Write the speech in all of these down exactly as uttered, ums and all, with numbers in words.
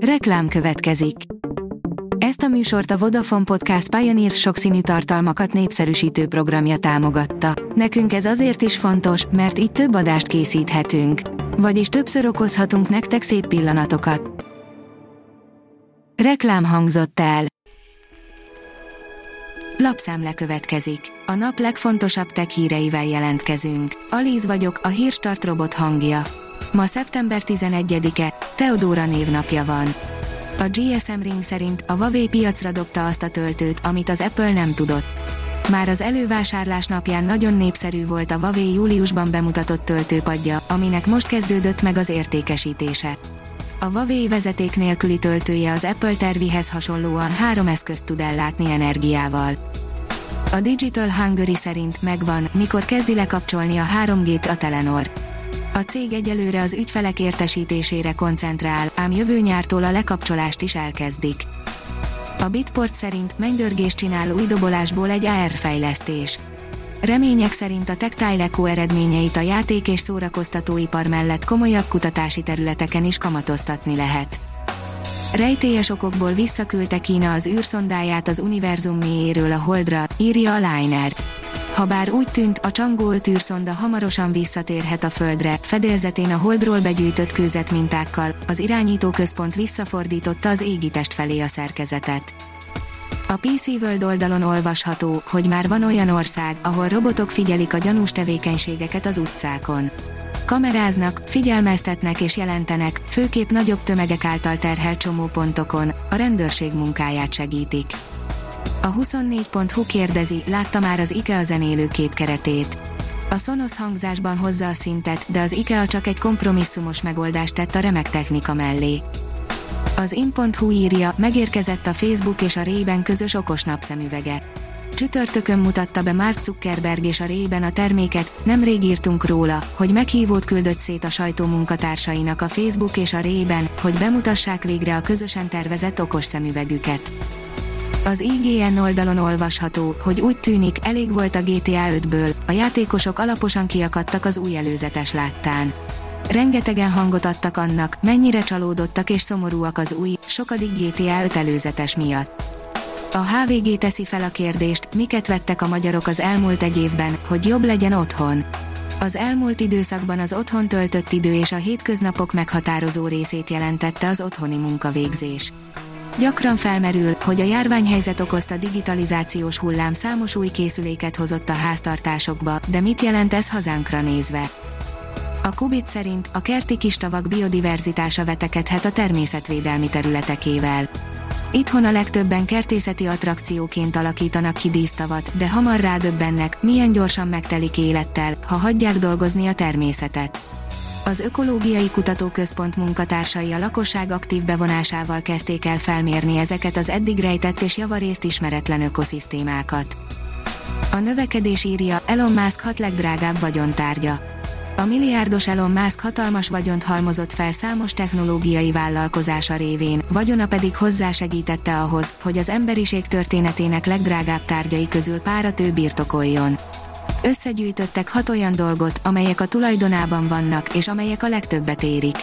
Reklám következik. Ezt a műsort a Vodafone Podcast Pioneer sokszínű tartalmakat népszerűsítő programja támogatta. Nekünk ez azért is fontos, mert így több adást készíthetünk. Vagyis többször okozhatunk nektek szép pillanatokat. Reklám hangzott el. Lapszemle következik. A nap legfontosabb tech híreivel jelentkezünk. Alíz vagyok, a Hírstart robot hangja. Ma szeptember tizenegyedike, Teodóra névnapja van. A gé es em Ring szerint a Huawei piacra dobta azt a töltőt, amit az Apple nem tudott. Már az elővásárlás napján nagyon népszerű volt a Huawei júliusban bemutatott töltőpadja, aminek most kezdődött meg az értékesítése. A Huawei vezeték nélküli töltője az Apple tervihez hasonlóan három eszközt tud ellátni energiával. A Digital Hungary szerint megvan, mikor kezdi lekapcsolni a három gét a Telenor. A cég egyelőre az ügyfelek értesítésére koncentrál, ám jövő nyártól a lekapcsolást is elkezdik. A Bitport szerint mennydörgést csinál új dobolásból egy á er fejlesztés. Remények szerint a Tactile Echo eredményeit a játék- és szórakoztatóipar mellett komolyabb kutatási területeken is kamatoztatni lehet. Rejtélyes okokból visszaküldte Kína az űrszondáját az univerzum mélyéről a Holdra, írja a Liner. Habár úgy tűnt, a Chang'e öt űrszonda hamarosan visszatérhet a Földre, fedélzetén a Holdról begyűjtött kőzetmintákkal, az irányítóközpont visszafordította az égitest felé a szerkezetet. A pé cé World oldalon olvasható, hogy már van olyan ország, ahol robotok figyelik a gyanús tevékenységeket az utcákon. Kameráznak, figyelmeztetnek és jelentenek, főképp nagyobb tömegek által terhelt csomópontokon, a rendőrség munkáját segítik. A huszonnégy pont hu kérdezi, látta már az IKEA zenélő képkeretét. A Sonos hangzásban hozza a szintet, de az IKEA csak egy kompromisszumos megoldást tett a remek technika mellé. Az in pont hu írja, megérkezett a Facebook és a Ray-Ban közös okos napszemüvege. Csütörtökön mutatta be Mark Zuckerberg és a Ray-Ban a terméket, nemrég írtunk róla, hogy meghívót küldött szét a sajtó munkatársainak a Facebook és a Ray-Ban, hogy bemutassák végre a közösen tervezett okos szemüvegüket. Az i gé en oldalon olvasható, hogy úgy tűnik, elég volt a gé té á ötből, a játékosok alaposan kiakadtak az új előzetes láttán. Rengetegen hangot adtak annak, mennyire csalódottak és szomorúak az új, sokadik gé té á öt előzetes miatt. A há vé gé teszi fel a kérdést, miket vettek a magyarok az elmúlt egy évben, hogy jobb legyen otthon. Az elmúlt időszakban az otthon töltött idő és a hétköznapok meghatározó részét jelentette az otthoni munkavégzés. Gyakran felmerül, hogy a járványhelyzet okozta digitalizációs hullám számos új készüléket hozott a háztartásokba, de mit jelent ez hazánkra nézve? A Kubit szerint a kerti kistavak biodiverzitása vetekedhet a természetvédelmi területekével. Itthon a legtöbben kertészeti attrakcióként alakítanak ki dísztavat, de hamar rádöbbennek, milyen gyorsan megtelik élettel, ha hagyják dolgozni a természetet. Az Ökológiai Kutatóközpont munkatársai a lakosság aktív bevonásával kezdték el felmérni ezeket az eddig rejtett és javarészt ismeretlen ökoszisztémákat. A növekedés írja, Elon Musk hat legdrágább vagyontárgya. A milliárdos Elon Musk hatalmas vagyont halmozott fel számos technológiai vállalkozása révén, vagyona pedig hozzásegítette ahhoz, hogy az emberiség történetének legdrágább tárgyai közül párat ő birtokoljon. Összegyűjtöttek hat olyan dolgot, amelyek a tulajdonában vannak, és amelyek a legtöbbet érik.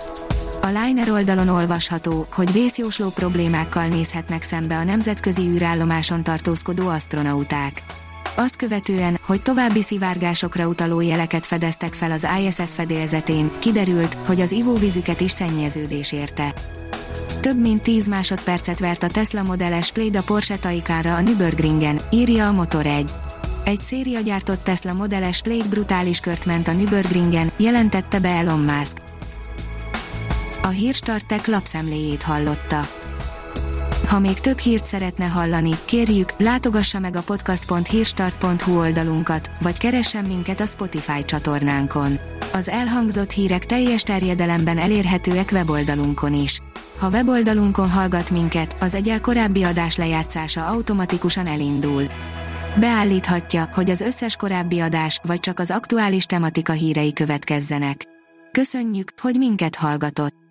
A Liner oldalon olvasható, hogy vészjósló problémákkal nézhetnek szembe a nemzetközi űrállomáson tartózkodó asztronauták. Azt követően, hogy további szivárgásokra utaló jeleket fedeztek fel az i es es fedélzetén, kiderült, hogy az ivóvízüket is szennyeződés érte. Több mint tíz másodpercet vert a Tesla Model S Plaid a Porsche Taycanra a Nürburgringen, írja a Motor egy. Egy szériagyártott Tesla Model S Plaid brutális kört ment a Nürburgringen, jelentette be Elon Musk. A Hírstart Tech lapszemléjét hallotta. Ha még több hírt szeretne hallani, kérjük, látogassa meg a podcast pont hírstart pont hu oldalunkat, vagy keressen minket a Spotify csatornánkon. Az elhangzott hírek teljes terjedelemben elérhetőek weboldalunkon is. Ha weboldalunkon hallgat minket, az egyel korábbi adás lejátszása automatikusan elindul. Beállíthatja, hogy az összes korábbi adás, vagy csak az aktuális tematika hírei következzenek. Köszönjük, hogy minket hallgatott!